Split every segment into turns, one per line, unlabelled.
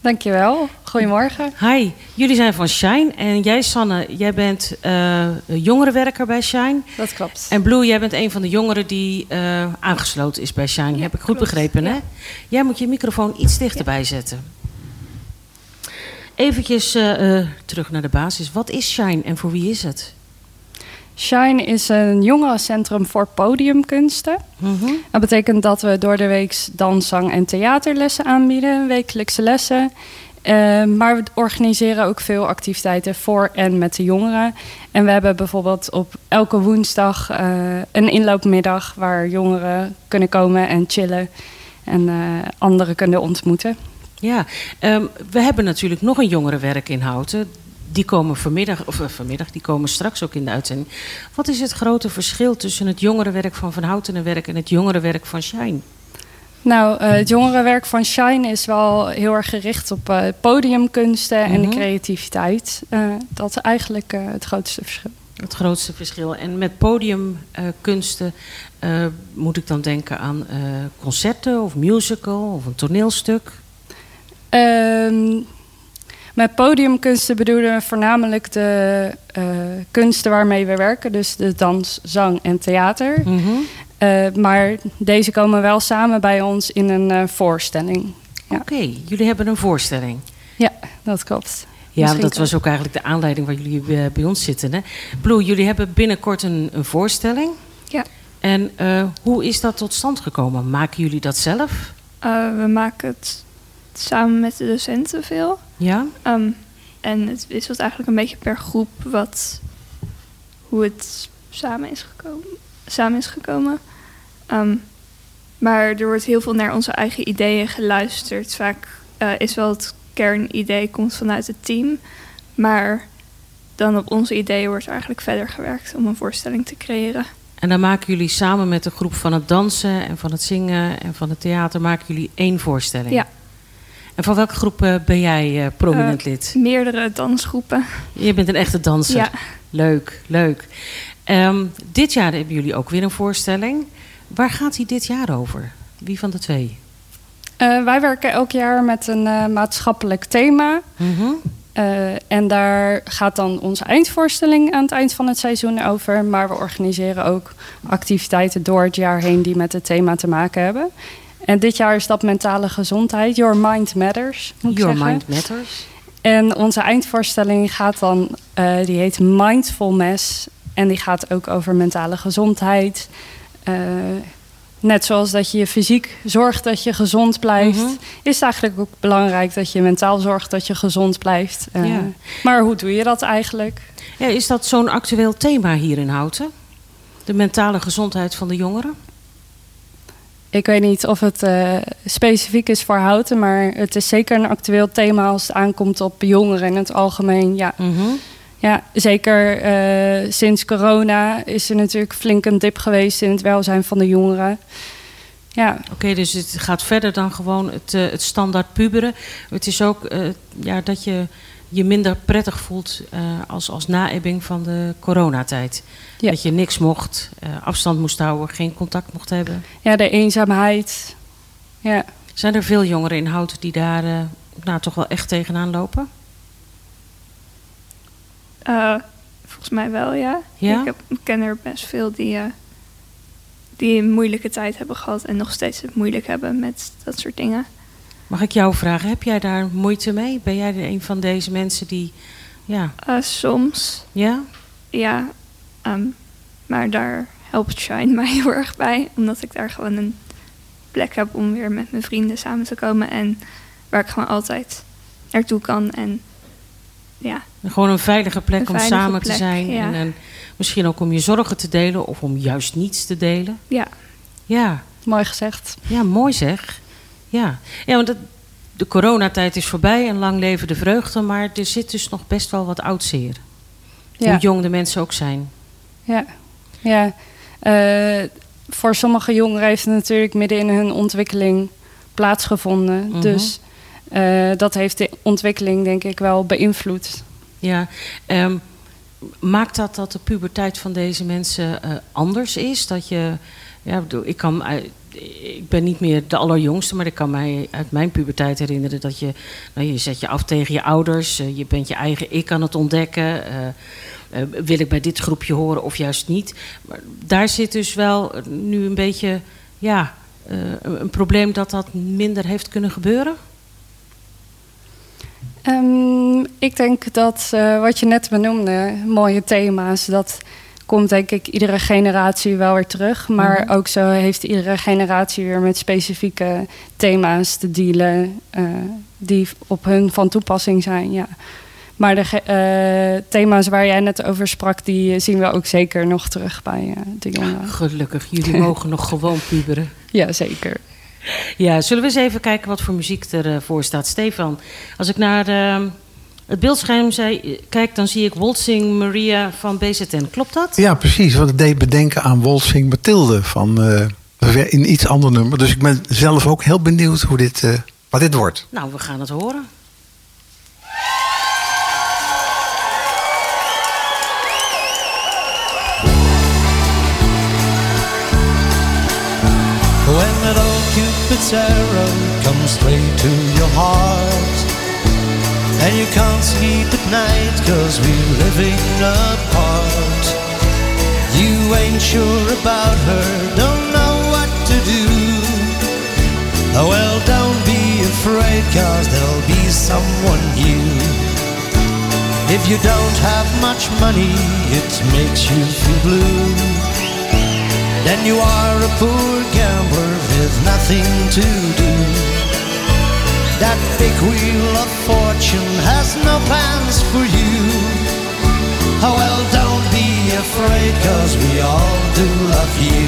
Dankjewel. Goedemorgen.
Hi, jullie zijn van Shine. En jij, Sanne, jij bent jongerenwerker bij Shine.
Dat klopt.
En Blue, jij bent een van de jongeren die aangesloten is bij Shine.
Ja,
heb ik goed
klopt.
begrepen, hè?
Ja.
Jij moet je microfoon iets dichterbij zetten. Eventjes terug naar de basis. Wat is Shine en voor wie is het?
Shine is een jongerencentrum voor podiumkunsten. Dat betekent dat we door de week dans, zang en theaterlessen aanbieden, wekelijkse lessen. Maar we organiseren ook veel activiteiten voor en met de jongeren. En we hebben bijvoorbeeld op elke woensdag een inloopmiddag waar jongeren kunnen komen en chillen en anderen kunnen ontmoeten.
Ja, we hebben natuurlijk nog een jongerenwerk in Houten. Die komen vanmiddag, die komen straks ook in de uitzending. Wat is het grote verschil tussen het jongerenwerk van Van Houtenenwerk en het jongerenwerk van Shine?
Nou, het jongerenwerk van Shine is wel heel erg gericht op podiumkunsten en de creativiteit. Dat is eigenlijk het grootste verschil.
Het grootste verschil. En met podiumkunsten moet ik dan denken aan concerten of musical of een toneelstuk?
Met podiumkunsten bedoelen we voornamelijk de kunsten waarmee we werken. Dus de dans, zang en theater. Maar deze komen wel samen bij ons in een voorstelling. Ja.
Oké, jullie hebben een voorstelling.
Ja, dat klopt.
Ja,
Misschien
dat was ook eigenlijk de aanleiding waar jullie bij ons zitten. Hè? Blue, jullie hebben binnenkort een voorstelling.
Ja.
En hoe is dat tot stand gekomen? Maken jullie dat zelf?
We maken het samen met de docenten veel.
Ja?
En het wisselt eigenlijk een beetje per groep hoe het samen is gekomen. Maar er wordt heel veel naar onze eigen ideeën geluisterd. Vaak is wel het kernidee komt vanuit het team. Maar dan op onze ideeën wordt er eigenlijk verder gewerkt om een voorstelling te creëren.
En dan maken jullie samen met de groep van het dansen en van het zingen en van het theater maken jullie één voorstelling?
Ja.
En van welke groep ben jij prominent lid?
Meerdere dansgroepen.
Je bent een echte danser.
Ja.
Leuk, leuk. Dit jaar hebben jullie ook weer een voorstelling. Waar gaat die dit jaar over? Wie van de twee?
Wij werken elk jaar met een maatschappelijk thema. En daar gaat dan onze eindvoorstelling aan het eind van het seizoen over. Maar we organiseren ook activiteiten door het jaar heen die met het thema te maken hebben. En dit jaar is dat mentale gezondheid. Your Mind Matters, moet ik
Your
zeggen.
Mind Matters.
En onze eindvoorstelling gaat dan, die heet Mindfulness. En die gaat ook over mentale gezondheid. Net zoals dat je fysiek zorgt dat je gezond blijft, is het eigenlijk ook belangrijk dat je mentaal zorgt dat je gezond blijft.
Ja.
Maar hoe doe je dat eigenlijk?
Ja, is dat zo'n actueel thema hier in Houten? De mentale gezondheid van de jongeren?
Ik weet niet of het specifiek is voor Houten, maar het is zeker een actueel thema als het aankomt op jongeren in het algemeen. Ja. Ja, zeker sinds corona is er natuurlijk flink een dip geweest in het welzijn van de jongeren. Ja. Oké,
dus het gaat verder dan gewoon het standaard puberen. Het is ook dat je je minder prettig voelt als naebbing van de coronatijd. Ja. Dat je niks mocht, afstand moest houden, geen contact mocht hebben.
Ja, de eenzaamheid. Ja.
Zijn er veel jongeren in Houten die daar toch wel echt tegenaan lopen?
Volgens mij wel, ja.
Ja?
Ik ken er best veel die een moeilijke tijd hebben gehad en nog steeds het moeilijk hebben met dat soort dingen.
Mag ik jou vragen, heb jij daar moeite mee? Ben jij een van deze mensen die... Ja.
Soms.
Ja?
Ja, maar daar helpt Shine mij heel erg bij. Omdat ik daar gewoon een plek heb om weer met mijn vrienden samen te komen. En waar ik gewoon altijd naartoe kan. En ja.
Gewoon een veilige plek om samen
plek,
te zijn.
Ja.
En misschien ook om je zorgen te delen of om juist niets te delen.
Ja.
Ja.
Mooi gezegd.
Ja, mooi zeg. Ja, want de coronatijd is voorbij en lang leven de vreugde. Maar er zit dus nog best wel wat oud zeer. Hoe jong de mensen ook zijn.
Ja. Voor sommige jongeren heeft het natuurlijk midden in hun ontwikkeling plaatsgevonden. Dus dat heeft de ontwikkeling denk ik wel beïnvloed.
Ja, maakt dat de puberteit van deze mensen anders is? Dat je Ja, ik bedoel, ik ben niet meer de allerjongste, maar ik kan mij uit mijn puberteit herinneren dat je zet je af tegen je ouders. Je bent je eigen ik aan het ontdekken. Wil ik bij dit groepje horen of juist niet? Maar daar zit dus wel nu een beetje een probleem dat minder heeft kunnen gebeuren.
Ik denk dat wat je net benoemde, mooie thema's, dat komt denk ik iedere generatie wel weer terug. Maar ook zo heeft iedere generatie weer met specifieke thema's te dealen die op hun van toepassing zijn. Ja. Maar de thema's waar jij net over sprak, die zien we ook zeker nog terug bij de jongeren. Gelukkig,
jullie mogen nog gewoon puberen.
Ja, zeker.
Ja, zullen we eens even kijken wat voor muziek ervoor staat. Stefan, als ik naar het beeldscherm kijk, dan zie ik Waltzing Maria van BZN. Klopt dat?
Ja, precies. Want het deed bedenken aan Waltzing Mathilde van een iets ander nummer. Dus ik ben zelf ook heel benieuwd wat dit wordt.
Nou, we gaan het horen.
When that old Cupid's arrow comes straight to your heart, and you can't sleep at night 'cause we're living apart. You ain't sure about her, don't know what to do. Oh well, don't be afraid 'cause there'll be someone new. If you don't have much money, it makes you feel blue. Then you are a poor gambler with nothing to do. That big wheel of fortune has no plans for you. Oh well, don't be afraid 'cause we all do love you.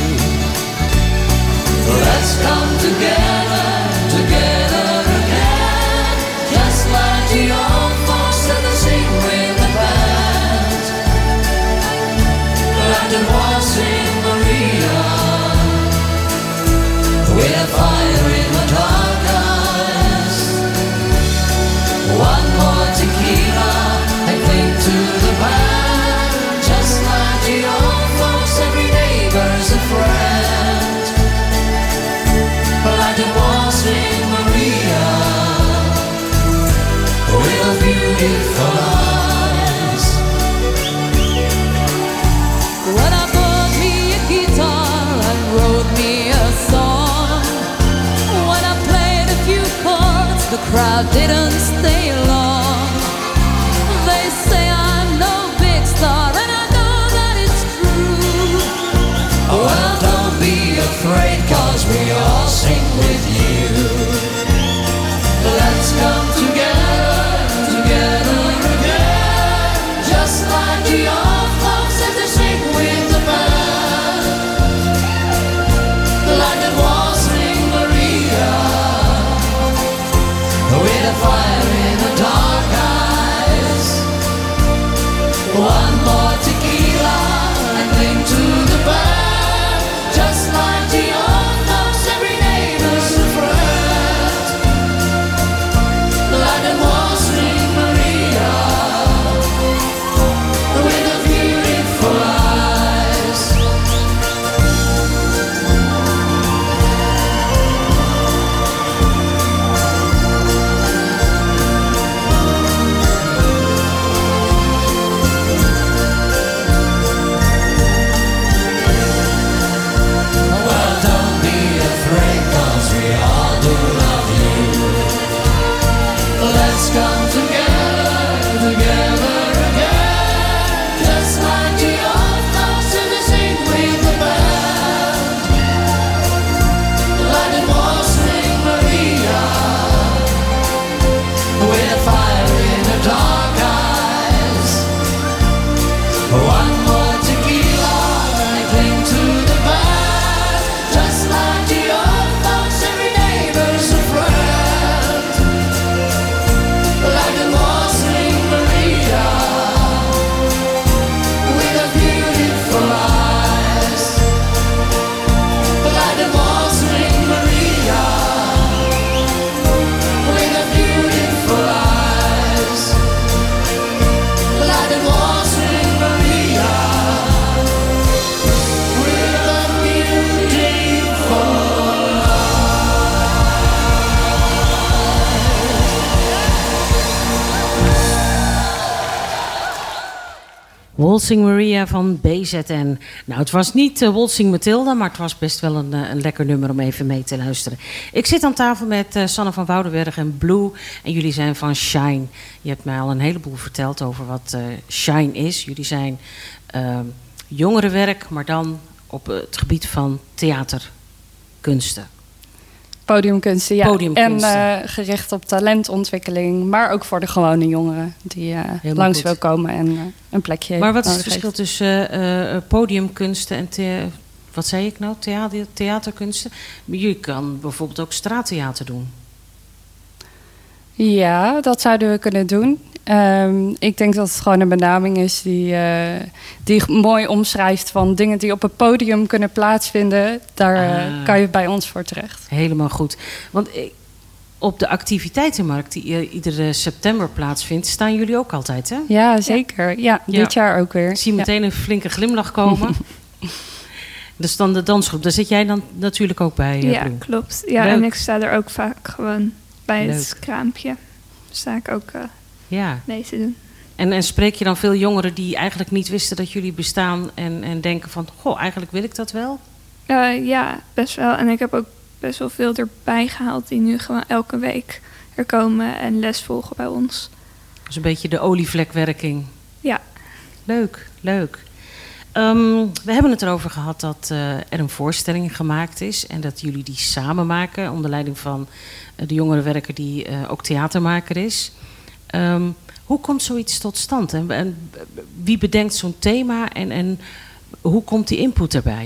Let's come together, together again, just like the old folks that sing with the band. Like the waltzing Maria, with a fire in her dark eyes. One more tequila and cling to the band, just like the old folks, every neighbor's a friend. Like the waltzing Maria, with a beautiful eyes.
When I bought me a guitar and wrote me a song, when I played a few chords, the crowd didn't stay long. They say I'm no big star, and I know that it's true.
Well, don't be afraid 'cause we all sing with you. Let's come together, together again, just like the old folks that they sing with the band. Like the waltzing Maria, with a fire in her dark eyes. One more tequila and cling to the band, just like the old folks, every neighbor's a friend. Like the waltzing Maria, with a beautiful eyes. Well, don't be afraid 'cause we all do love you. Let's come together, together again, just like the old folks that they sing with the band. Like the waltzing Maria, with a fire in her dark eyes. One more tequila and cling to the band, just like the old folks, every neighbor's a friend. Like the waltzing Maria, with a beautiful eyes. Like the waltzing Maria, with a beautiful eyes. Like the waltzing Maria.
Waltzing Maria van BZN. Nou, het was niet Waltzing Mathilda, maar het was best wel een lekker nummer om even mee te luisteren. Ik zit aan tafel met Sanne van Woudenberg en Blue. En jullie zijn van Shine. Je hebt mij al een heleboel verteld over wat Shine is. Jullie zijn jongerenwerk, maar dan op het gebied van theaterkunsten.
Podiumkunsten, ja.
Podiumkunsten.
En gericht op talentontwikkeling, maar ook voor de gewone jongeren die langs
goed.
wil komen en een plekje
Maar wat is het
nodig
verschil
heeft.
tussen podiumkunsten en wat zei ik nou? Theaterkunsten? Jullie kan bijvoorbeeld ook straattheater doen.
Ja, dat zouden we kunnen doen. Ik denk dat het gewoon een benaming is die mooi omschrijft van dingen die op het podium kunnen plaatsvinden. Daar kan je bij ons voor terecht.
Helemaal goed. Want op de activiteitenmarkt die iedere september plaatsvindt, staan jullie ook altijd, hè?
Ja, zeker. Ja, dit jaar ook weer.
Ik zie meteen een flinke glimlach komen. Dus dan de dansgroep, daar zit jij dan natuurlijk ook bij.
Ja,
Blue.
klopt. Ja,
Leuk.
en ik sta er ook vaak gewoon bij
Leuk.
het kraampje. Sta ik ook
Ja.
mee te doen.
En spreek je dan veel jongeren die eigenlijk niet wisten dat jullie bestaan en denken van, goh, eigenlijk wil ik dat wel?
Ja, best wel. En ik heb ook best wel veel erbij gehaald die nu gewoon elke week er komen en les volgen bij ons.
Dat is een beetje de olievlekwerking.
Ja.
Leuk, leuk. We hebben het erover gehad dat er een voorstelling gemaakt is en dat jullie die samen maken onder leiding van de jongerenwerker die ook theatermaker is. Hoe komt zoiets tot stand? En wie bedenkt zo'n thema en hoe komt die input erbij?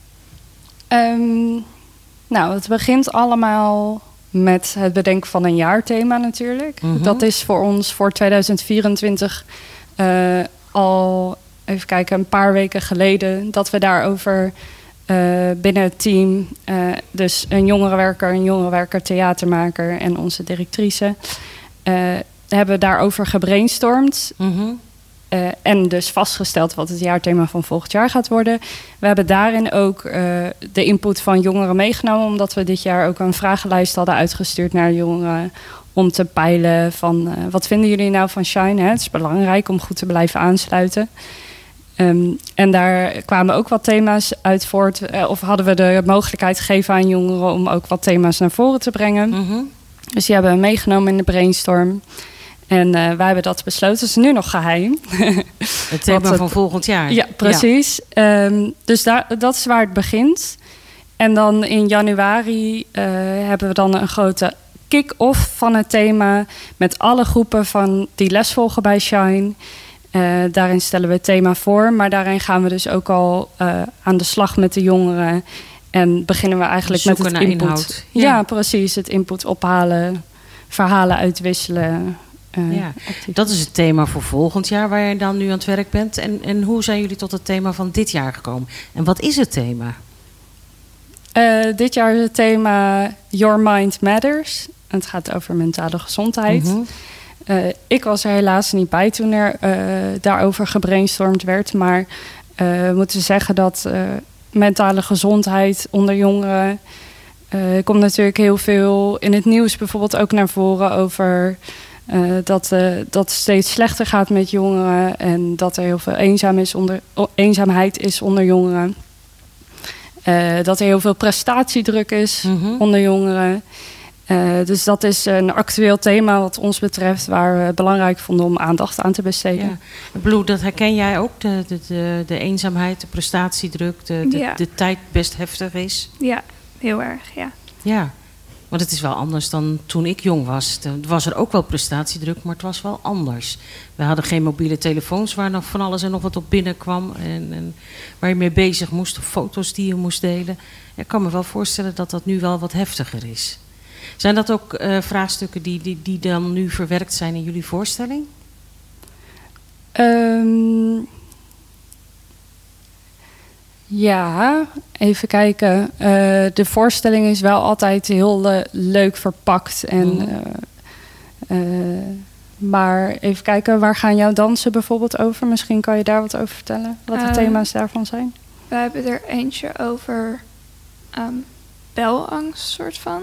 Nou, het begint allemaal met het bedenken van een jaarthema natuurlijk.
Mhm.
Dat is voor ons voor 2024 al, even kijken, een paar weken geleden dat we daarover binnen het team, dus een jongerenwerker, theatermaker en onze directrice, hebben daarover gebrainstormd.
Mhm.
En dus vastgesteld wat het jaarthema van volgend jaar gaat worden. We hebben daarin ook de input van jongeren meegenomen, omdat we dit jaar ook een vragenlijst hadden uitgestuurd naar jongeren om te peilen van wat vinden jullie nou van Shine? Hè? Het is belangrijk om goed te blijven aansluiten. En daar kwamen ook wat thema's uit voort. Of hadden we de mogelijkheid gegeven aan jongeren om ook wat thema's naar voren te brengen.
Mhm.
Dus die hebben we meegenomen in de brainstorm. En wij hebben dat besloten. Het is nu nog geheim.
Het thema
Wat
van volgend jaar.
Ja, precies. Dus dat is waar het begint. En dan in januari hebben we dan een grote kick-off van het thema met alle groepen van die les volgen bij Shine. Daarin stellen we het thema voor, maar daarin gaan we dus ook al aan de slag met de jongeren. En beginnen we eigenlijk
Zoeken
met het
naar
input.
inhoud.
Ja, precies. Het input ophalen, verhalen uitwisselen.
Ja. Dat is het thema voor volgend jaar waar je dan nu aan het werk bent. En hoe zijn jullie tot het thema van dit jaar gekomen? En wat is het thema?
Dit jaar is het thema Your Mind Matters. En het gaat over mentale gezondheid.
Mhm.
Ik was er helaas niet bij toen er daarover gebrainstormd werd. Maar we moeten zeggen dat mentale gezondheid onder jongeren komt natuurlijk heel veel in het nieuws bijvoorbeeld ook naar voren over dat het steeds slechter gaat met jongeren en dat er heel veel eenzaamheid is onder jongeren. Dat er heel veel prestatiedruk is onder jongeren. Dus dat is een actueel thema wat ons betreft waar we het belangrijk vonden om aandacht aan te besteden.
Ja. Blue, dat herken jij ook? De eenzaamheid, de prestatiedruk, de tijd best heftig is?
Ja, heel erg, ja.
Ja, want het is wel anders dan toen ik jong was. Toen was er ook wel prestatiedruk, maar het was wel anders. We hadden geen mobiele telefoons waar nog van alles en nog wat op binnenkwam. En waar je mee bezig moest, of foto's die je moest delen. Ik kan me wel voorstellen dat dat nu wel wat heftiger is. Zijn dat ook vraagstukken die dan nu verwerkt zijn in jullie voorstelling?
Ja, even kijken. De voorstelling is wel altijd heel leuk verpakt. Maar even kijken, waar gaan jouw dansen bijvoorbeeld over? Misschien kan je daar wat over vertellen, wat de thema's daarvan zijn.
We hebben er eentje over belangst, soort van.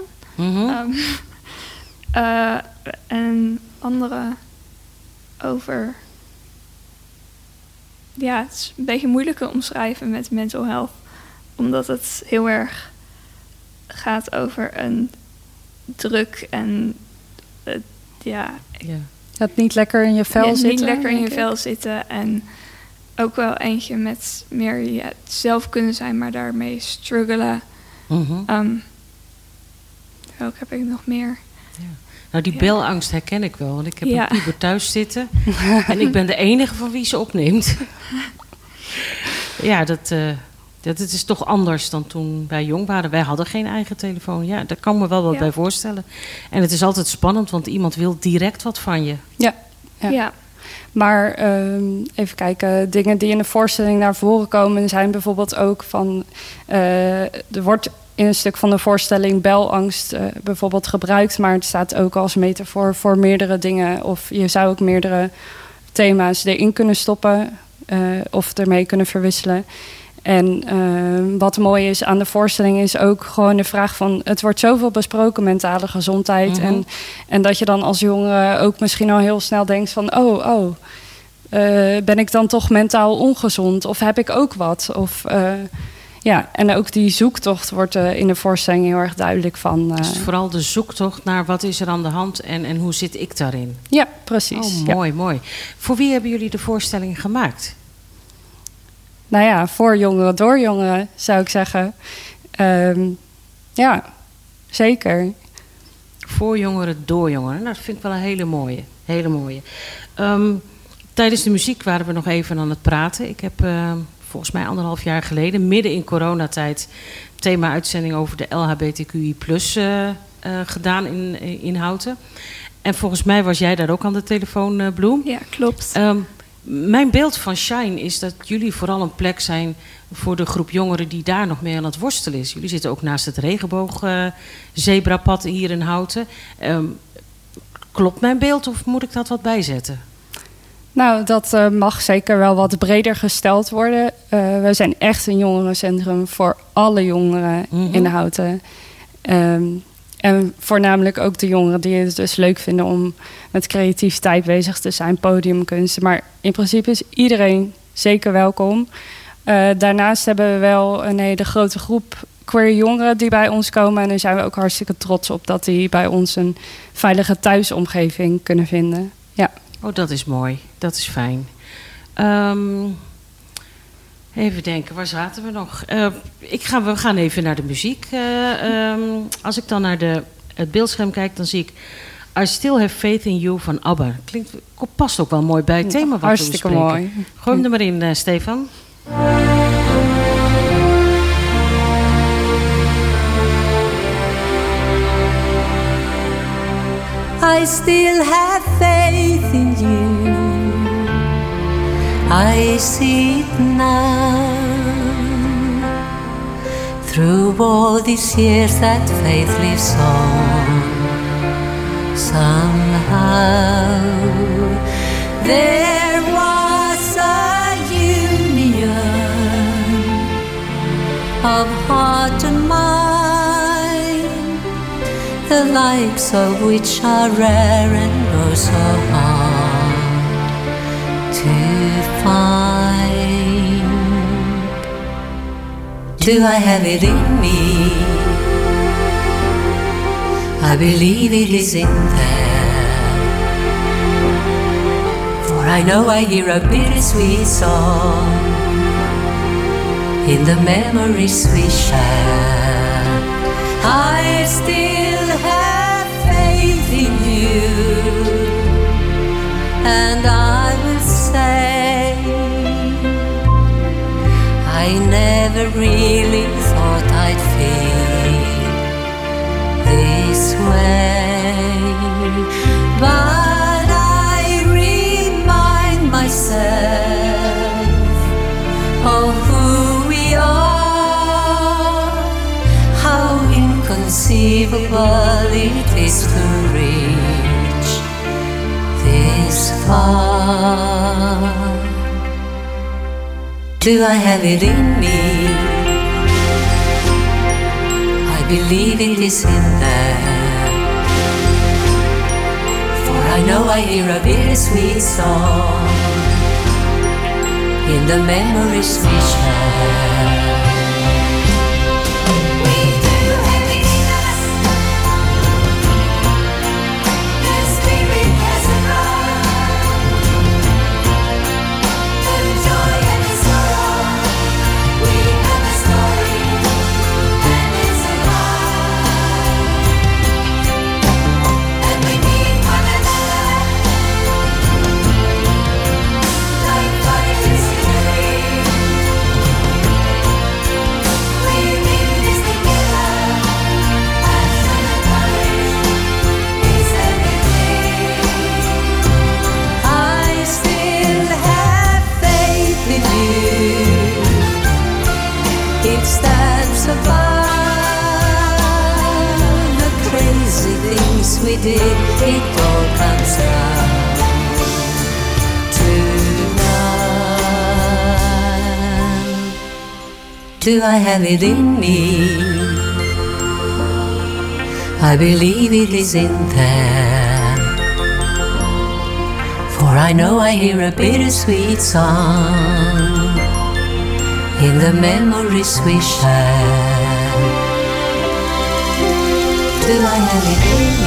En andere over het is een beetje moeilijk te omschrijven met mental health. Omdat het heel erg gaat over een druk en
Het niet lekker in je vel zitten.
Niet lekker in je
denk ik.
vel zitten. En ook wel eentje met meer zelf kunnen zijn, maar daarmee struggelen. Welke heb ik nog meer?
Nou, die belangst herken ik wel. Want ik heb een puber thuis zitten. En ik ben de enige van wie ze opneemt. Dat is toch anders dan toen wij jong waren. Wij hadden geen eigen telefoon. Ja, daar kan ik me wel wat bij voorstellen. En het is altijd spannend, want iemand wil direct wat van je.
Ja. Maar even kijken, dingen die in de voorstelling naar voren komen zijn bijvoorbeeld ook van... er wordt in een stuk van de voorstelling belangst bijvoorbeeld gebruikt, maar het staat ook als metafoor voor meerdere dingen. Of je zou ook meerdere thema's erin kunnen stoppen of ermee kunnen verwisselen. En wat mooi is aan de voorstelling is ook gewoon de vraag van... het wordt zoveel besproken, mentale gezondheid. En dat je dan als jongere ook misschien al heel snel denkt van... ben ik dan toch mentaal ongezond? Of heb ik ook wat? Of, en ook die zoektocht wordt in de voorstelling heel erg duidelijk van...
Dus vooral de zoektocht naar wat is er aan de hand en hoe zit ik daarin?
Ja, precies.
Mooi. Voor wie hebben jullie de voorstelling gemaakt?
Nou ja, voor jongeren, door jongeren, zou ik zeggen. Zeker.
Voor jongeren, door jongeren. Nou, dat vind ik wel een hele mooie. Tijdens de muziek waren we nog even aan het praten. Ik heb volgens mij 1,5 jaar geleden, midden in coronatijd... thema-uitzending over de LHBTQI+ gedaan in Houten. En volgens mij was jij daar ook aan de telefoon, Bloem.
Ja, klopt.
Mijn beeld van Shine is dat jullie vooral een plek zijn voor de groep jongeren die daar nog mee aan het worstelen is. Jullie zitten ook naast het regenboog-zebrapad hier in Houten. Klopt mijn beeld of moet ik dat wat bijzetten?
Nou, dat mag zeker wel wat breder gesteld worden. We zijn echt een jongerencentrum voor alle jongeren in Houten. En voornamelijk ook de jongeren die het dus leuk vinden om met creativiteit bezig te zijn, podiumkunsten. Maar in principe is iedereen zeker welkom. Daarnaast hebben we wel een hele grote groep queer jongeren die bij ons komen. En daar zijn we ook hartstikke trots op dat die bij ons een veilige thuisomgeving kunnen vinden. Ja.
Oh, dat is mooi. Dat is fijn. Even denken, waar zaten we nog? We gaan even naar de muziek. Als ik dan naar het beeldscherm kijk, dan zie ik... I Still Have Faith in You van ABBA. Past ook wel mooi bij het thema wat we bespreken.
Hartstikke mooi.
Gooi hem er maar in, Stefan.
I still have faith in you. I see it now. Through all these years that faith lives on. Somehow there was a union of heart and mind, the likes of which are rare and oh so hard to find. Do I have it in me? I believe it is in there. For I know I hear a bittersweet song in the memories we share. I still have faith in you, and I will say I never really thought I'd feel this way, but I remind myself of who we are, how inconceivable it is to reach this far. Do I have it in me? I believe it is in there. For I know I hear a bittersweet song in the memories we share. We did, it all comes down to love. Do I have it in me? I believe it is in there, for I know I hear a bittersweet song in the memories we share. Do I have it in me?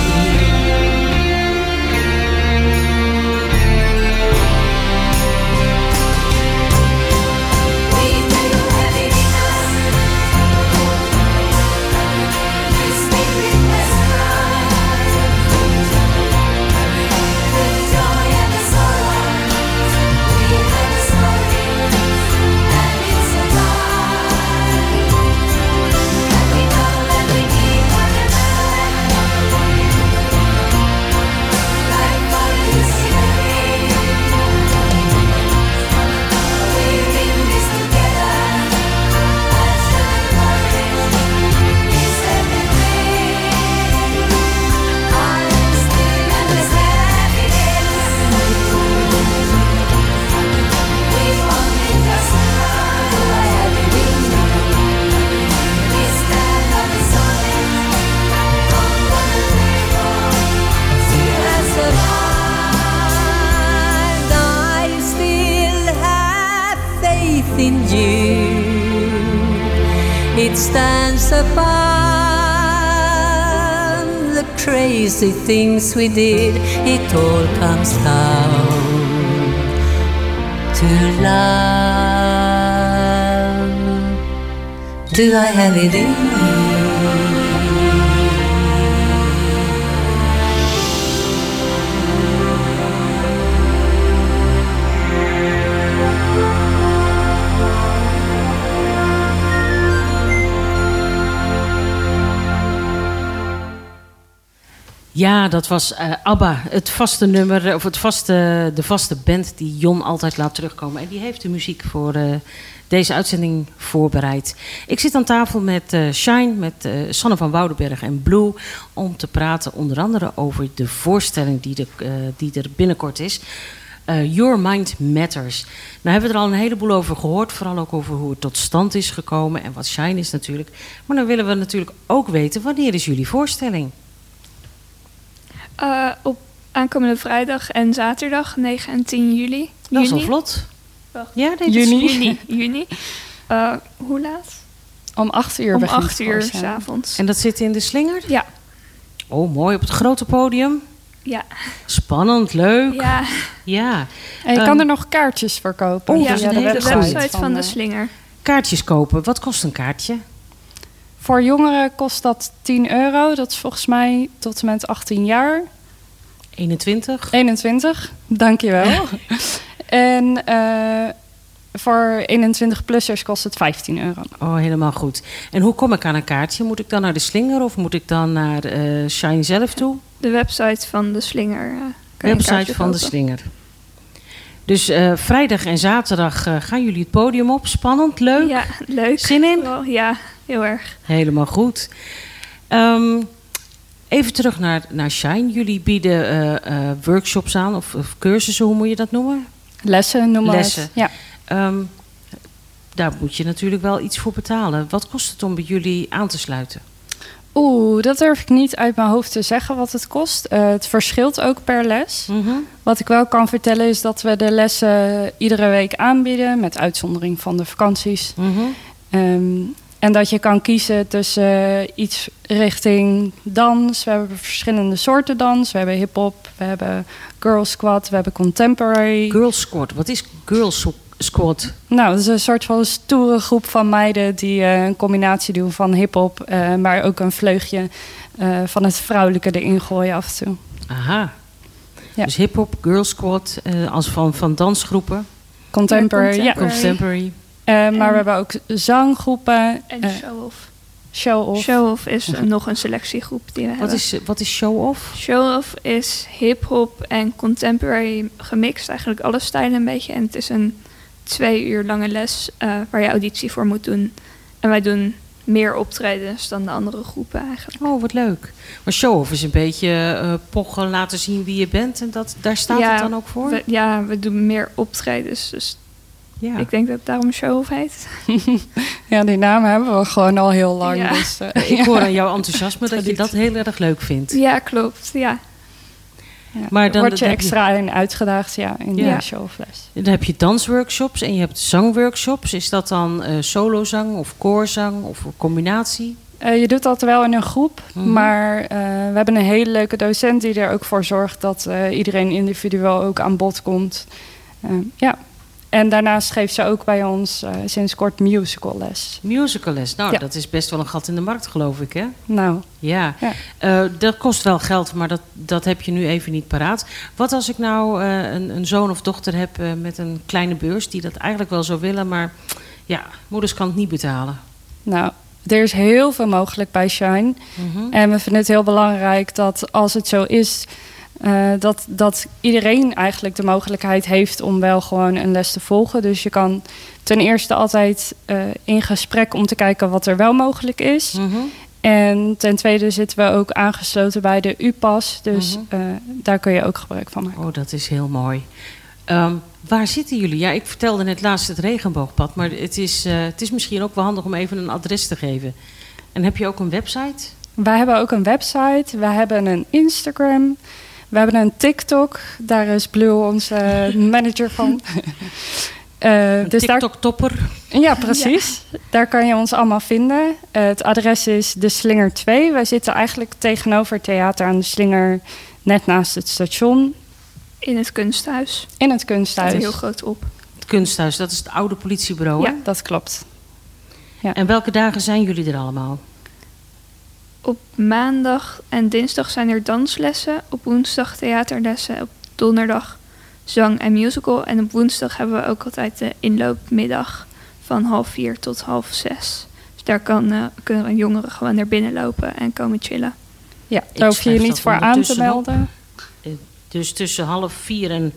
In you, it stands above the crazy things we did. It all comes down to love. Do I have it in me?
Ja, dat was ABBA, het vaste nummer, of de vaste band die Jon altijd laat terugkomen. En die heeft de muziek voor deze uitzending voorbereid. Ik zit aan tafel met Shine, met Sanne van Woudenberg en Blue, om te praten onder andere over de voorstelling die er binnenkort is. Your Mind Matters. Nou hebben we er al een heleboel over gehoord, vooral ook over hoe het tot stand is gekomen en wat Shine is natuurlijk. Maar dan willen we natuurlijk ook weten, wanneer is jullie voorstelling?
Op aankomende vrijdag en zaterdag, 9 en 10 juli.
Dat is al vlot.
Wacht.
Ja,
Juni. Hoe laat?
Om 8 uur.
Om
begint
8 uur 's avonds.
En dat zit in de Slinger?
Ja.
Oh, mooi. Op het grote podium?
Ja.
Spannend, leuk.
Ja.
En je kan er nog kaartjes voor kopen.
Ja,
dus
de
hele
website van de Slinger.
Kaartjes kopen. Wat kost een kaartje?
Voor jongeren kost dat €10. Dat is volgens mij tot en met 18 jaar.
21.
21, dankjewel. En voor 21-plussers kost het €15.
Oh, helemaal goed. En hoe kom ik aan een kaartje? Moet ik dan naar de Slinger of moet ik dan naar Shine zelf toe?
De website van de Slinger.
Website van de Slinger. Dus vrijdag en zaterdag gaan jullie het podium op. Spannend, leuk?
Ja, leuk.
Zin in?
Ja, heel erg.
Helemaal goed. Even terug naar Shine. Jullie bieden workshops aan of cursussen, hoe moet je dat noemen?
Lessen noemen we
Lessen.
het. Ja.
Daar moet je natuurlijk wel iets voor betalen. Wat kost het om bij jullie aan te sluiten?
Dat durf ik niet uit mijn hoofd te zeggen wat het kost. Het verschilt ook per les. Wat ik wel kan vertellen is dat we de lessen iedere week aanbieden, met uitzondering van de vakanties. En dat je kan kiezen tussen iets richting dans. We hebben verschillende soorten dans. We hebben hip-hop, we hebben girl squad, we hebben contemporary.
Girl squad, wat is girl squad?
Nou, dat is een soort van stoere groep van meiden die een combinatie doen van hip-hop, maar ook een vleugje van het vrouwelijke erin gooien af en toe.
Aha.
Ja.
Dus hip-hop, girl squad, als van dansgroepen.
Contemporary, ja.
Contemporary.
Maar we hebben ook zanggroepen.
En show-off.
Show-off.
Show-off is nog een selectiegroep die we hebben.
Wat is show-off?
Show-off is hip-hop en contemporary gemixt. Eigenlijk alle stijlen een beetje. En het is een 2 uur lange les waar je auditie voor moet doen. En wij doen meer optredens dan de andere groepen eigenlijk.
Oh, wat leuk. Maar show-off is een beetje pochen, laten zien wie je bent. En daar staat het dan ook voor?
We doen meer optredens. Dus
ja.
ik denk dat het daarom show-off heet.
Ja, die naam hebben we gewoon al heel lang.
Ja.
Dus,
Ik hoor aan jouw enthousiasme dat je dat heel erg leuk vindt.
Ja, klopt. Ja.
Ja,
Maar dan
word je
heb
extra in uitgedaagd in
Ja.
de showfles.
Dan heb je dansworkshops en je hebt zangworkshops. Is dat dan solozang of koorzang of een combinatie?
Je doet dat wel in een groep, maar we hebben een hele leuke docent die er ook voor zorgt dat iedereen individueel ook aan bod komt. Ja. En daarnaast geeft ze ook bij ons sinds kort musical les.
Musical les, nou
Ja.
dat is best wel een gat in de markt geloof ik hè?
Nou,
Ja,
ja.
Dat kost wel geld, maar dat heb je nu even niet paraat. Wat als ik nou een zoon of dochter heb met een kleine beurs... die dat eigenlijk wel zou willen, maar ja, moeders kan het niet betalen.
Nou, er is heel veel mogelijk bij Shine. En we vinden het heel belangrijk dat als het zo is... dat iedereen eigenlijk de mogelijkheid heeft om wel gewoon een les te volgen. Dus je kan ten eerste altijd in gesprek om te kijken wat er wel mogelijk is... En ten tweede zitten we ook aangesloten bij de UPAS. Dus daar kun je ook gebruik van maken.
Oh, dat is heel mooi. Waar zitten jullie? Ja, ik vertelde net laatst het regenboogpad. Maar het is misschien ook wel handig om even een adres te geven. En heb je ook een website?
Wij hebben ook een website. We hebben een Instagram. We hebben een TikTok. Daar is Blue onze manager van.
Dus TikTok-topper.
Ja, precies. Ja. Daar kan je ons allemaal vinden. Het adres is De Slinger 2. Wij zitten eigenlijk tegenover Theater aan de Slinger, net naast het station.
In het kunsthuis.
In het kunsthuis.
Dat is heel groot op.
Het kunsthuis, dat is het oude politiebureau, hè?
Ja, dat klopt. Ja.
En welke dagen zijn jullie er allemaal?
Op maandag en dinsdag zijn er danslessen. Op woensdag theaterlessen. Op donderdag zang en musical. En op woensdag hebben we ook altijd de inloopmiddag van 3:30 tot 5:30. Dus daar kunnen jongeren gewoon naar binnen lopen en komen chillen.
Ja, daar hoef je je niet voor aan te melden.
Dus tussen 3:30 en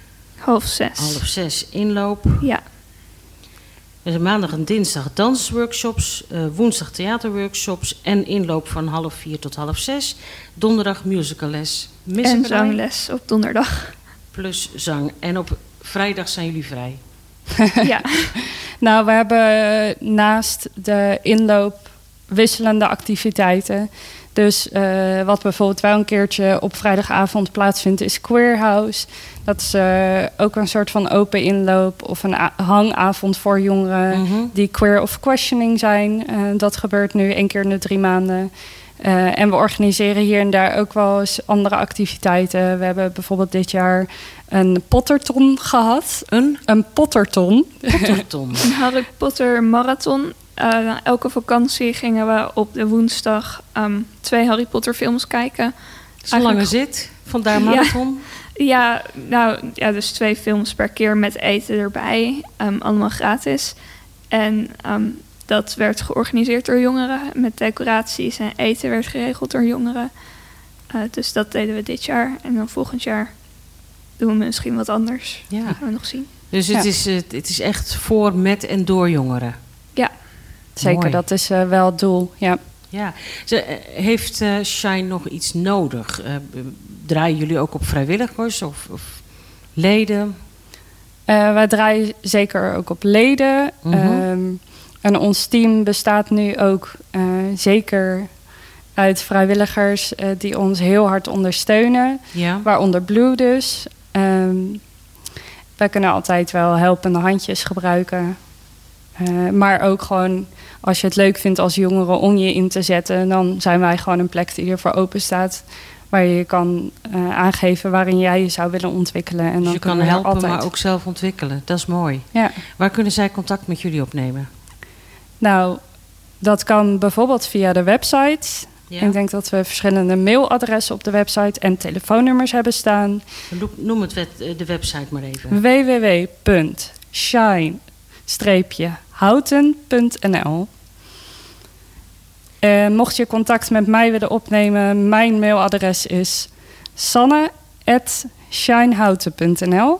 5:30.
5:30 inloop.
Ja.
Dus maandag en dinsdag dansworkshops, woensdag theaterworkshops en inloop van 3:30 tot 5:30. Donderdag musicales.
En zangles op donderdag.
Plus zang. En op vrijdag zijn jullie vrij?
Ja.
Nou, we hebben naast de inloop wisselende activiteiten. Dus wat bijvoorbeeld wel een keertje op vrijdagavond plaatsvindt is Queer House. Dat is ook een soort van open inloop of een hangavond voor jongeren die queer of questioning zijn. Dat gebeurt nu 1 keer in de 3 maanden. En we organiseren hier en daar ook wel eens andere activiteiten. We hebben bijvoorbeeld dit jaar een potterton gehad. Een potterton.
Potterton.
Een Harry Potter marathon. Elke vakantie gingen we op de woensdag 2 Harry Potter films kijken.
Zo'n lange zit, vandaar marathon.
Ja, dus 2 films per keer met eten erbij. Allemaal gratis. En dat werd georganiseerd door jongeren. Met decoraties en eten werd geregeld door jongeren. Dus dat deden we dit jaar. En dan volgend jaar doen we misschien wat anders.
Ja.
Dat gaan we nog zien.
Dus het is echt voor, met en door jongeren.
Ja.
Zeker,
mooi.
dat is wel het doel. Ja.
Ja. Heeft Shine nog iets nodig? Draaien jullie ook op vrijwilligers of leden?
Wij draaien zeker ook op leden. En ons team bestaat nu ook zeker uit vrijwilligers die ons heel hard ondersteunen.
Ja.
Waaronder Blue dus. Wij kunnen altijd wel helpende handjes gebruiken. Maar ook gewoon, als je het leuk vindt als jongere om je in te zetten, dan zijn wij gewoon een plek die ervoor open staat. Waar je kan aangeven waarin jij je zou willen ontwikkelen. En
Dus
dan
je kan
we
helpen,
altijd.
maar ook zelf ontwikkelen. Dat is mooi.
Ja.
Waar kunnen zij contact met jullie opnemen?
Nou, dat kan bijvoorbeeld via de website.
Ja.
Ik denk dat we verschillende mailadressen op de website en telefoonnummers hebben staan.
Noem de website maar even.
www.shine-houten.nl. Mocht je contact met mij willen opnemen, mijn mailadres is sanne@shinehouten.nl.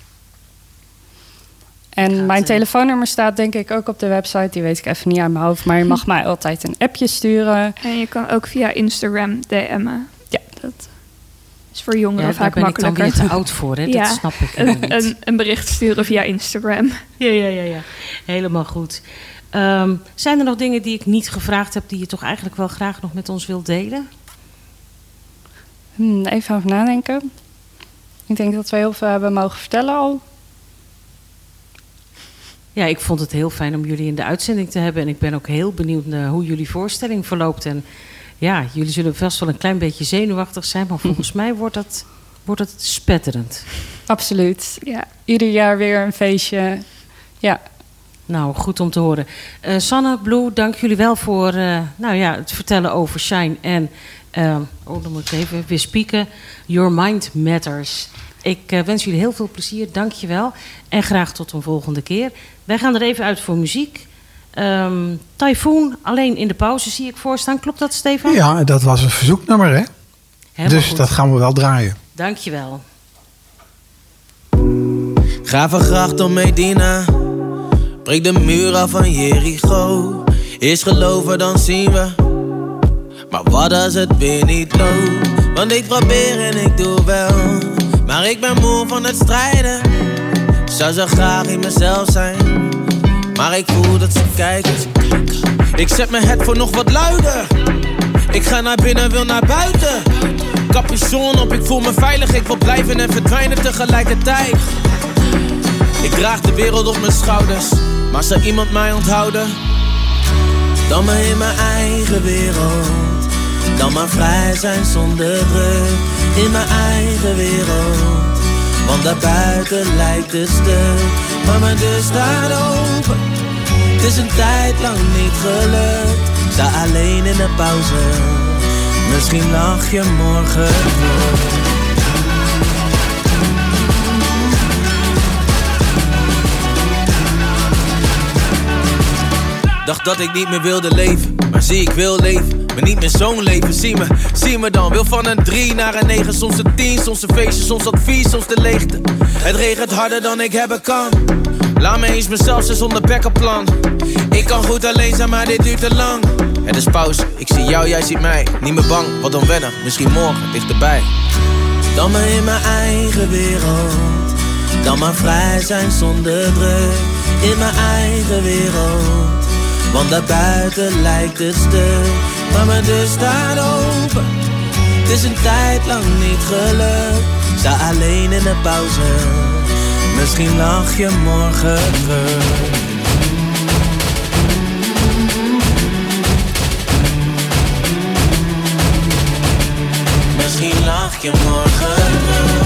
En mijn telefoonnummer staat denk ik ook op de website. Die weet ik even niet uit mijn hoofd. Maar je mag mij altijd een appje sturen.
En je kan ook via Instagram DM'en.
Ja.
Dat is voor jongeren vaak
daar ben
makkelijker.
ik dan weer te oud voor, hè?
Ja,
Dat snap ik niet.
Een bericht sturen via Instagram.
Ja. Helemaal goed. Zijn er nog dingen die ik niet gevraagd heb, die je toch eigenlijk wel graag nog met ons wilt delen?
Even over nadenken. Ik denk dat we heel veel hebben mogen vertellen al.
Ja, ik vond het heel fijn om jullie in de uitzending te hebben. En ik ben ook heel benieuwd naar hoe jullie voorstelling verloopt. En ja, jullie zullen vast wel een klein beetje zenuwachtig zijn. Maar volgens mij wordt het spetterend.
Absoluut.
Ja.
Ieder jaar weer een feestje. Ja.
Nou, goed om te horen. Sanne, Blue, dank jullie wel voor het vertellen over Shine. En, dan moet ik even weer spieken. Your Mind Matters. Ik wens jullie heel veel plezier. Dank je wel. En graag tot een volgende keer. Wij gaan er even uit voor muziek. Typhoon, alleen in de pauze zie ik voorstaan. Klopt dat, Stefan?
Ja, dat was een verzoeknummer, hè?
Helemaal
dus
goed.
dat gaan we wel draaien.
Dank je wel.
Gravengracht om Medina. Breek de muur af van Jericho. Eerst geloven, dan zien we. Maar wat als het weer niet loopt? Want ik probeer en ik doe wel. Maar ik ben moe van het strijden. Zou zo graag in mezelf zijn. Maar ik voel dat ze kijken. Ik zet mijn head voor nog wat luider. Ik ga naar binnen, wil naar buiten. Capuchon op, ik voel me veilig. Ik wil blijven en verdwijnen tegelijkertijd. Ik draag de wereld op mijn schouders. Maar zou iemand mij onthouden? Dan maar in mijn eigen wereld. Dan maar vrij zijn zonder druk. In mijn eigen wereld. Want daarbuiten lijkt het stuk. Maar mijn deur staat open. Het is een tijd lang niet gelukt. Sta alleen in de pauze. Misschien lach je morgen terug. Dacht dat ik niet meer wilde leven, maar zie ik wil leven. Maar niet meer zo'n leven, zie me dan. Wil van een 3 naar een 9, soms een 10, soms een feestje, soms advies, soms de leegte. Het regent harder dan ik hebben kan. Laat me eens mezelf zijn zonder backupplan. Ik kan goed alleen zijn, maar dit duurt te lang. Het is pauze, ik zie jou, jij ziet mij. Niet meer bang, wat onwennig, misschien morgen, dichterbij. Dan maar in mijn eigen wereld. Dan maar vrij zijn zonder druk. In mijn eigen wereld. Want daarbuiten lijkt het stuk. Maar mijn deur staat open. Het is een tijd lang niet gelukt. Sta alleen in de pauze. Misschien lach je morgen terug. Misschien lach je morgen terug.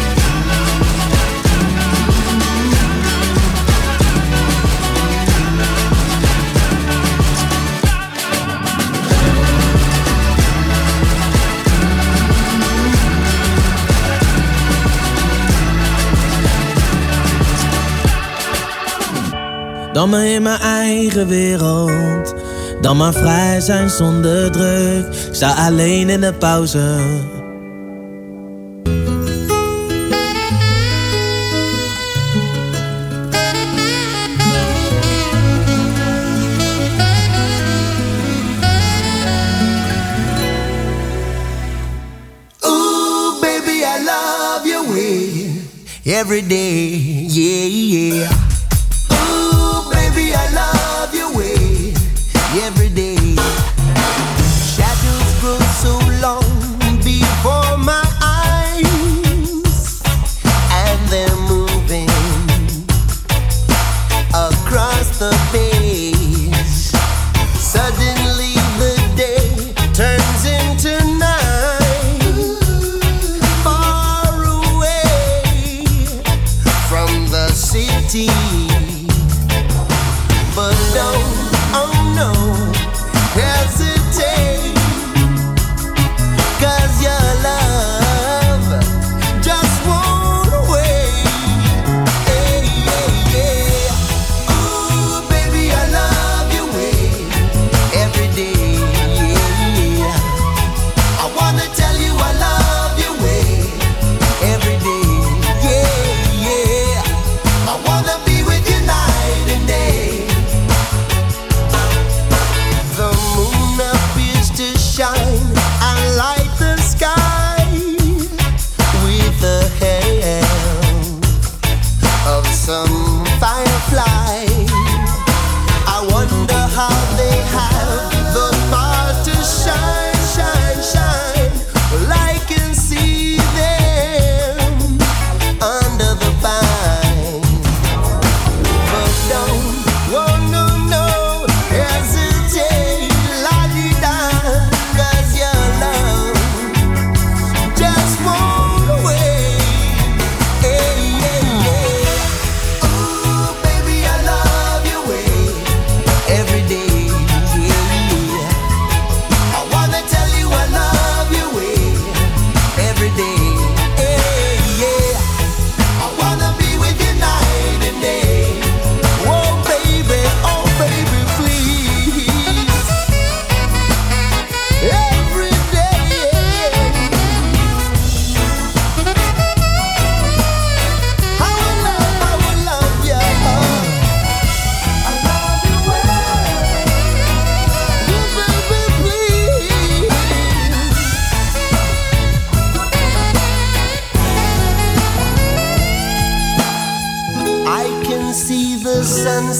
Dan maar in mijn eigen wereld. Dan maar vrij zijn zonder druk. Sta alleen in de pauze.
Ooh, baby, I love your way. Every day, yeah, yeah. I love your way every day. Shadows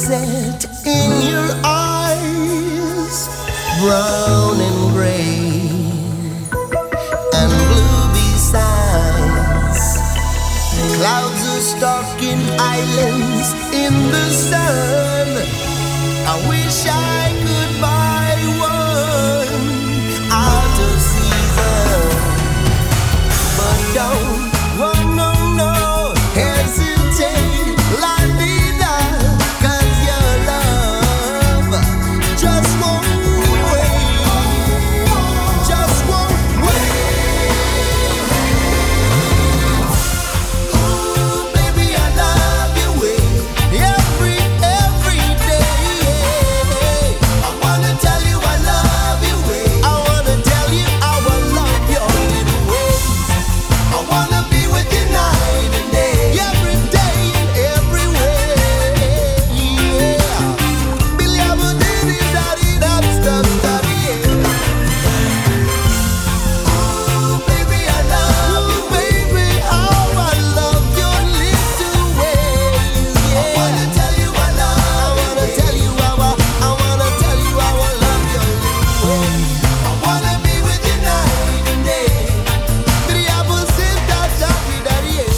set in your eyes, brown and gray and blue besides. Clouds are stalking islands in the sun. I wish I could buy one out of season, but don't, oh no, no, hesitate, la vida, 'cause your love just won't wait, just won't wait. Oh, baby, I love your way every day. I wanna tell you I love your way. I wanna tell you how I love your little ways. I wanna be with you night and day, every day and every way. Yeah. Billy, I'm a daddy, daddy, that's daddy, yeah. Oh, baby, I love you, baby, how I love your little ways. Yeah. I wanna tell you I love. I wanna tell you how I wanna tell you how I love your little ways. I wanna be with you night and day. Billy, I'm a daddy, daddy, yeah.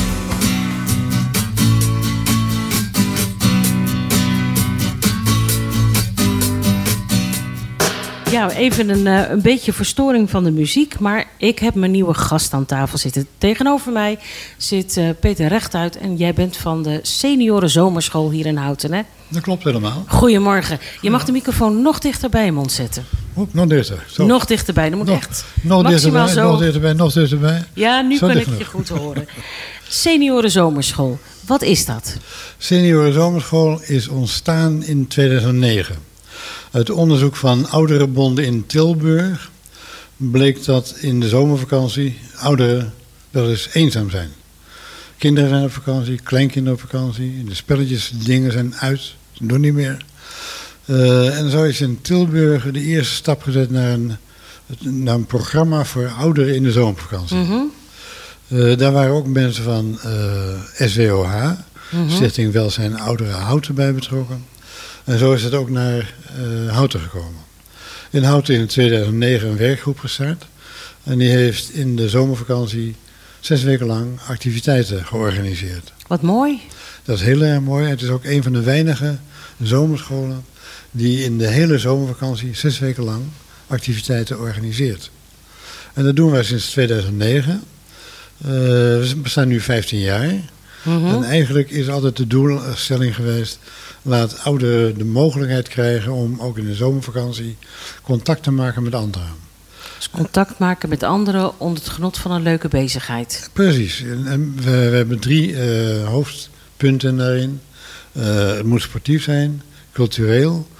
Ja, even een beetje verstoring van de muziek. Maar ik heb mijn nieuwe gast aan tafel zitten. Tegenover mij zit Peter Rechtuit. En jij bent van de Senioren Zomerschool hier in Houten, hè?
Dat klopt helemaal.
Goedemorgen. Je mag de microfoon nog dichter bij je mond zetten.
Oep, nog dichter. Zo.
Nog dichterbij. Dan moet echt
Nog
maximaal
dichterbij,
zo.
nog dichterbij, nog dichterbij.
Ja, nu
Zo
kan ik
dicht
je
genoeg.
goed horen. Senioren Zomerschool. Wat is dat?
Senioren Zomerschool is ontstaan in 2009. Uit onderzoek van ouderenbonden in Tilburg bleek dat in de zomervakantie ouderen wel eens eenzaam zijn. Kinderen zijn op vakantie, kleinkinderen op vakantie, de spelletjes, dingen zijn uit, ze doen niet meer. En zo is in Tilburg de eerste stap gezet naar een programma voor ouderen in de zomervakantie. Daar waren ook mensen van SWOH, Stichting Welzijn Ouderen Houten, bij betrokken. En zo is het ook naar Houten gekomen. In Houten is in 2009 een werkgroep gestart. En die heeft in de zomervakantie 6 weken lang activiteiten georganiseerd.
Wat mooi.
Dat is heel erg mooi. Het is ook een van de weinige zomerscholen die in de hele zomervakantie 6 weken lang activiteiten organiseert. En dat doen wij sinds 2009. We bestaan nu 15 jaar. En eigenlijk is altijd de doelstelling geweest: laat ouderen de mogelijkheid krijgen om ook in de zomervakantie contact te maken met anderen.
Dus contact maken met anderen onder het genot van een leuke bezigheid.
Precies. En we hebben 3 hoofdpunten daarin. Het moet sportief zijn, cultureel,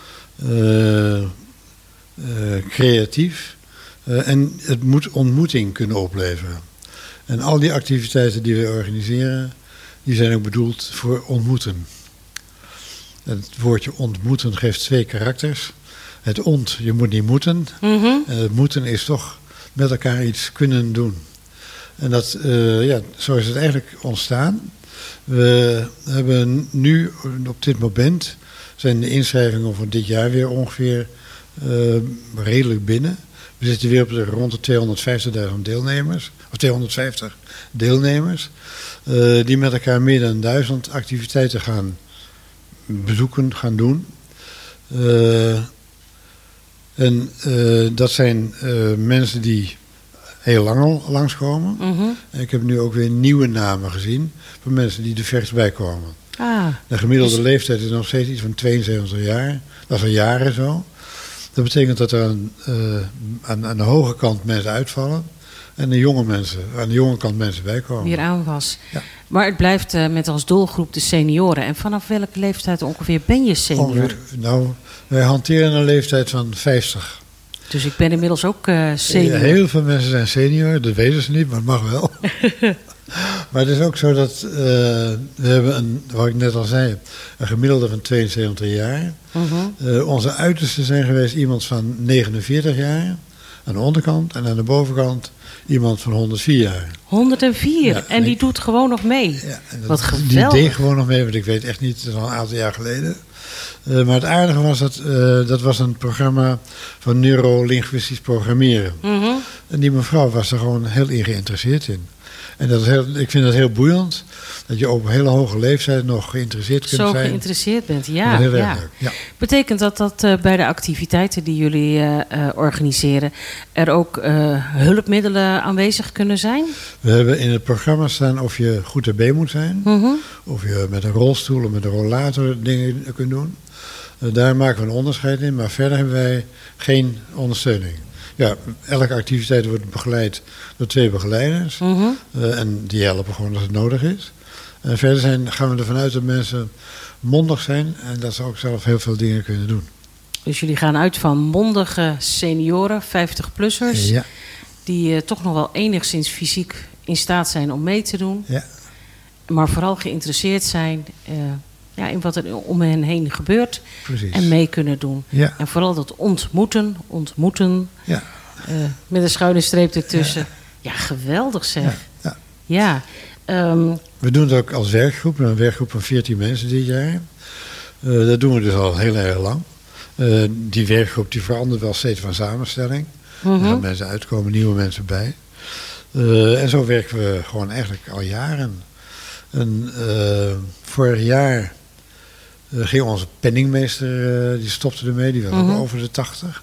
creatief. En het moet ontmoeting kunnen opleveren. En al die activiteiten die we organiseren, die zijn ook bedoeld voor ontmoeten. Het woordje ontmoeten geeft 2 karakters. Het je moet niet moeten. En het moeten is toch met elkaar iets kunnen doen. En dat, zo is het eigenlijk ontstaan. We hebben nu, op dit moment, zijn de inschrijvingen voor dit jaar weer ongeveer redelijk binnen. We zitten weer op rond de 250.000 deelnemers. Of 250 deelnemers. Die met elkaar meer dan 1000 activiteiten gaan bezoeken, gaan doen. Dat zijn mensen die heel lang al langskomen. En ik heb nu ook weer nieuwe namen gezien van mensen die er vers bij komen. De gemiddelde leeftijd is nog steeds iets van 72 jaar. Dat is al jaren zo. Dat betekent dat er aan de hoge kant mensen uitvallen. En aan de jonge kant mensen bijkomen.
Weer aanwas.
Ja.
Maar het blijft met als doelgroep de senioren. En vanaf welke leeftijd ongeveer ben je senior?
Wij hanteren een leeftijd van 50.
Dus ik ben inmiddels ook senior.
Ja, heel veel mensen zijn senior, dat weten ze niet, maar het mag wel. Maar het is ook zo dat we hebben wat ik net al zei, een gemiddelde van 72 jaar. Onze uitersten zijn geweest iemand van 49 jaar. aan de onderkant. En aan de bovenkant iemand van 104 jaar.
104.
Ja,
en die doet gewoon nog mee.
Ja, en
Wat geweldig.
Die deed gewoon nog mee, want ik weet echt niet, dat is al een aantal jaar geleden. Maar het aardige was dat was een programma van neurolinguïstisch programmeren.
Mhm.
En die mevrouw was er gewoon heel in geïnteresseerd in. En ik vind dat heel boeiend, dat je op een hele hoge leeftijd nog geïnteresseerd kunt
Zo
zijn.
geïnteresseerd bent,
Dat
ja.
is heel
ja.
erg leuk. Ja.
Betekent dat bij de activiteiten die jullie organiseren er ook hulpmiddelen aanwezig kunnen zijn?
We hebben in het programma staan of je goed erbij moet zijn.
Mhm.
Of je met een rolstoel of met een rollator dingen kunt doen. Daar maken we een onderscheid in, maar verder hebben wij geen ondersteuning. Ja, elke activiteit wordt begeleid door 2 begeleiders.
Mhm.
En die helpen gewoon als het nodig is. En verder gaan we ervan uit dat mensen mondig zijn en dat ze ook zelf heel veel dingen kunnen doen.
Dus jullie gaan uit van mondige senioren, 50-plussers...
Ja,
die toch nog wel enigszins fysiek in staat zijn om mee te doen...
ja,
maar vooral geïnteresseerd zijn in wat er om hen heen gebeurt...
precies.
en mee kunnen doen.
Ja,
En vooral dat ontmoeten,
ja.
met een schuine streep ertussen. Ja, geweldig zeg.
Ja,
Ja.
We doen het ook als werkgroep, een werkgroep van 14 mensen dit jaar. Dat doen we dus al heel erg lang. Die werkgroep die verandert wel steeds van samenstelling. Er gaan mensen uitkomen, nieuwe mensen bij. En zo werken we gewoon eigenlijk al jaren. En vorig jaar ging onze penningmeester, die stopte ermee, die was ook over de 80.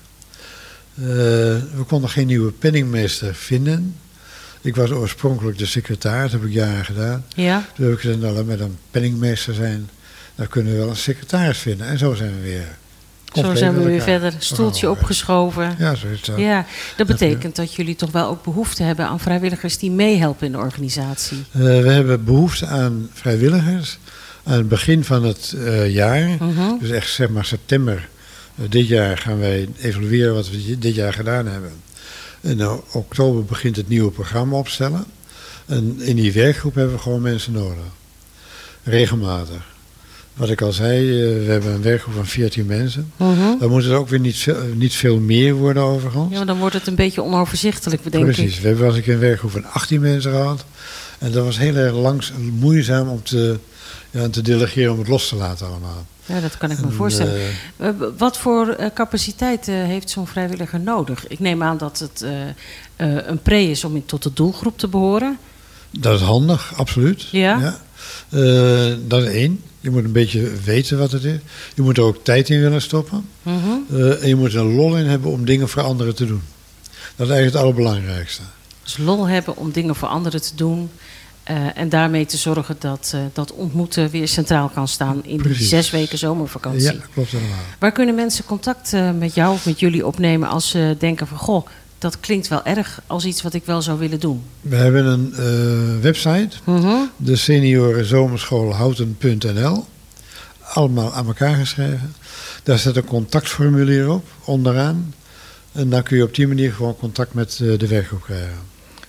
We konden geen nieuwe penningmeester vinden. Ik was oorspronkelijk de secretaris, dat heb ik jaren gedaan.
Ja.
Toen heb ik gezegd, nou, laat mij dan penningmeester zijn. Dan kunnen we wel een secretaris vinden. En zo zijn we weer
Zo zijn we
met
weer
elkaar.
verder. Stoeltje
Oh,
opgeschoven.
Ja, zo is het.
Ja, dat betekent dat jullie toch wel ook behoefte hebben aan vrijwilligers die meehelpen in de organisatie.
We hebben behoefte aan vrijwilligers aan het begin van het jaar. Dus echt zeg maar september dit jaar gaan wij evalueren wat we dit jaar gedaan hebben. En in oktober begint het nieuwe programma opstellen. En in die werkgroep hebben we gewoon mensen nodig. Regelmatig. Wat ik al zei, we hebben een werkgroep van 14 mensen. Dan moet het ook weer niet veel meer worden overigens.
Ja, maar dan wordt het een beetje onoverzichtelijk, bedenk ik.
Precies. We hebben wel eens een werkgroep van 18 mensen gehad. En dat was heel erg moeizaam om te delegeren, om het los te laten allemaal.
Ja, dat kan ik me voorstellen. Wat voor capaciteit heeft zo'n vrijwilliger nodig? Ik neem aan dat het een pre is om tot de doelgroep te behoren.
Dat is handig, absoluut.
Ja?
Dat is 1. Je moet een beetje weten wat het is. Je moet er ook tijd in willen stoppen. En je moet er een lol in hebben om dingen voor anderen te doen. Dat is eigenlijk het allerbelangrijkste.
Dus lol hebben om dingen voor anderen te doen. En daarmee te zorgen dat ontmoeten weer centraal kan staan in die 6 weken zomervakantie.
Ja, klopt helemaal.
Waar kunnen mensen contact met jou of met jullie opnemen als ze denken van... goh, dat klinkt wel erg als iets wat ik wel zou willen doen?
We hebben een website, de seniorenzomerschoolhouten.nl. Allemaal aan elkaar geschreven. Daar staat een contactformulier op, onderaan. En dan kun je op die manier gewoon contact met de werkgroep krijgen.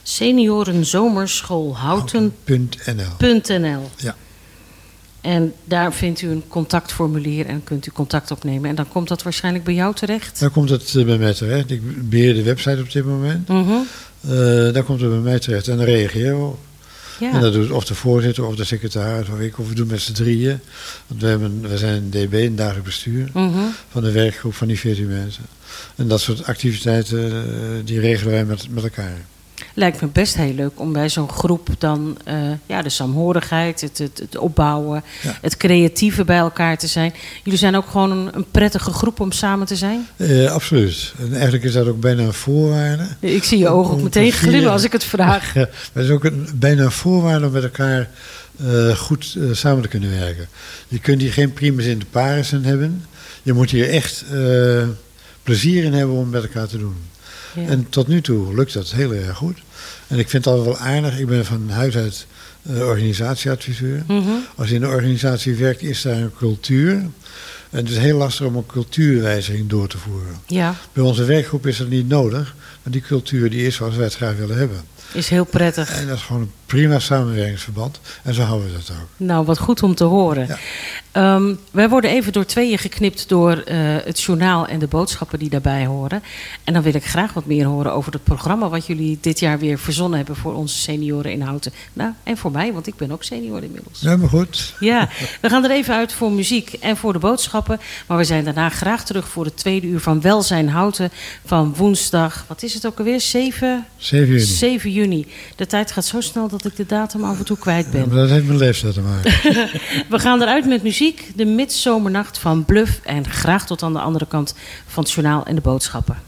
Seniorenzomerschoolhouten.nl.
Ja.
En daar vindt u een contactformulier en kunt u contact opnemen. En dan komt dat waarschijnlijk bij jou terecht?
Dan komt het bij mij terecht. Ik beheer de website op dit moment. Daar komt het bij mij terecht en dan reageren we op.
Ja.
En dat doet of de voorzitter of de secretaris of ik. Of we doen met z'n drieën. Want we zijn een DB, een dagelijk bestuur. Van de werkgroep van die 14 mensen. En dat soort activiteiten die regelen wij met elkaar.
Lijkt me best heel leuk om bij zo'n groep dan de saamhorigheid, het opbouwen, het creatieve bij elkaar te zijn. Jullie zijn ook gewoon een prettige groep om samen te zijn?
Absoluut. En eigenlijk is dat ook bijna een voorwaarde.
Ik zie je ogen ook meteen glimmen als ik het vraag.
Ja, dat is ook bijna een voorwaarde om met elkaar goed samen te kunnen werken. Je kunt hier geen primus inter pares in hebben. Je moet hier echt plezier in hebben om met elkaar te doen. Ja. En tot nu toe lukt dat heel erg goed. En ik vind het altijd wel aardig. Ik ben van huis uit organisatieadviseur. Als je in een organisatie werkt, is daar een cultuur. En het is heel lastig om een cultuurwijziging door te voeren.
Ja.
Bij onze werkgroep is dat niet nodig. Want die cultuur die is zoals wij het graag willen hebben.
Is heel prettig.
En dat is gewoon een prima samenwerkingsverband. En zo houden we dat ook.
Nou, wat goed om te horen.
Ja.
Wij worden even door tweeën geknipt door het journaal en de boodschappen die daarbij horen. En dan wil ik graag wat meer horen over het programma wat jullie dit jaar weer verzonnen hebben voor onze senioren in Houten. Nou, en voor mij, want ik ben ook senior inmiddels.
Ja, maar goed.
Ja, we gaan er even uit voor muziek en voor de boodschappen. Maar we zijn daarna graag terug voor het tweede uur van Welzijn Houten van woensdag. Wat is het ook alweer? 7 juni. De tijd gaat zo snel dat ik de datum af en toe kwijt ben.
Ja, maar dat heeft mijn leeftijd te maken.
We gaan eruit met muziek. De midzomernacht van Bluff. En graag tot aan de andere kant van het journaal en de boodschappen.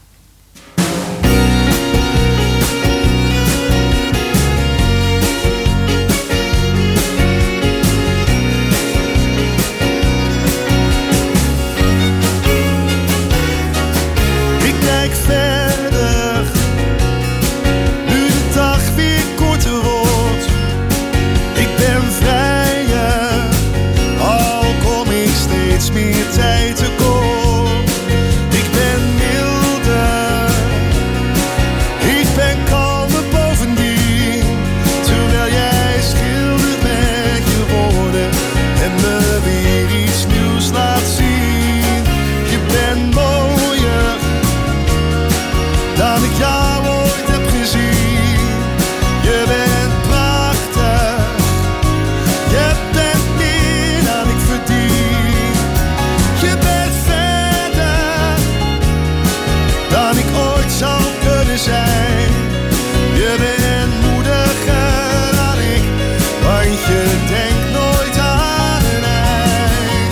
Ik kijk verder, nu de dag weer korter wordt. Ik ben vrijer, al kom ik steeds meer tijd tekort. Ik ben milder, ik ben kalmer bovendien. Terwijl jij schildert met je woorden en me weer iets nieuws laat zien. Je bent mooier dan ik jou ooit heb gezien. Je bent prachtig, je bent meer dan ik verdien. Je bent verder dan ik ooit zou kunnen zijn. Je bent moediger dan ik, want je denkt nooit aan een eind.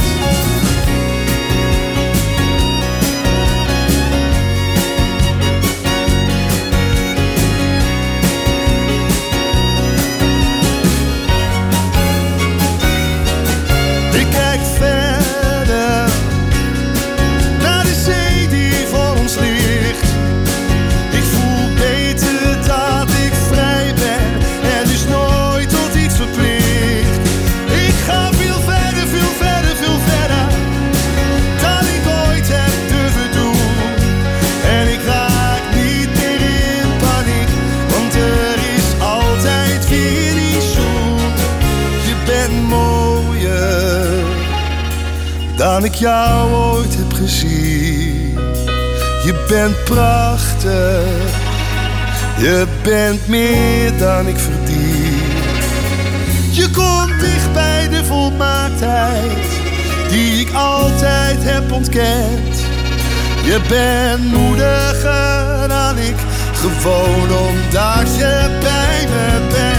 Ik kijk verder naar de zee die voor ons ligt. Ik voel beter dat ik vrij ben en dus nooit tot iets verplicht. Ik ga veel verder, veel verder, veel verder dan ik ooit heb durven doen. En ik raak niet meer in paniek, want er is altijd weer iets zoen. Je bent mooier dan ik jou ooit heb gezien. Je bent prachtig, je bent meer dan ik verdien. Je komt dicht bij de volmaaktheid die ik altijd heb ontkend. Je bent moediger dan ik, gewoon omdat je bij me bent.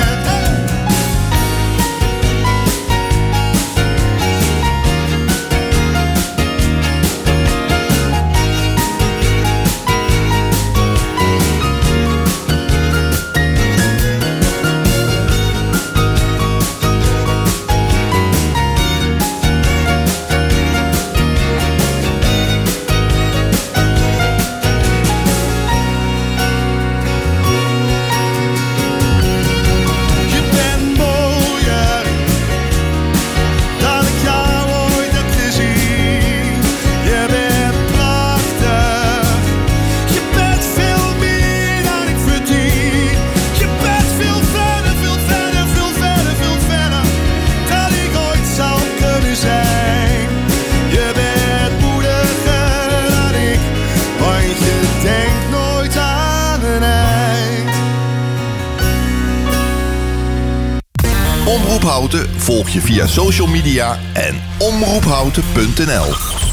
Je bent mooier dan ik jou ooit heb gezien. Je bent prachtig, je bent veel meer dan ik verdien. Je bent veel verder, veel verder, veel verder, veel verder dan ik ooit zou kunnen zijn. Je bent moediger dan ik, want je denkt nooit aan een eind.
Omroep Houten volg je via social media en omroephouten.nl.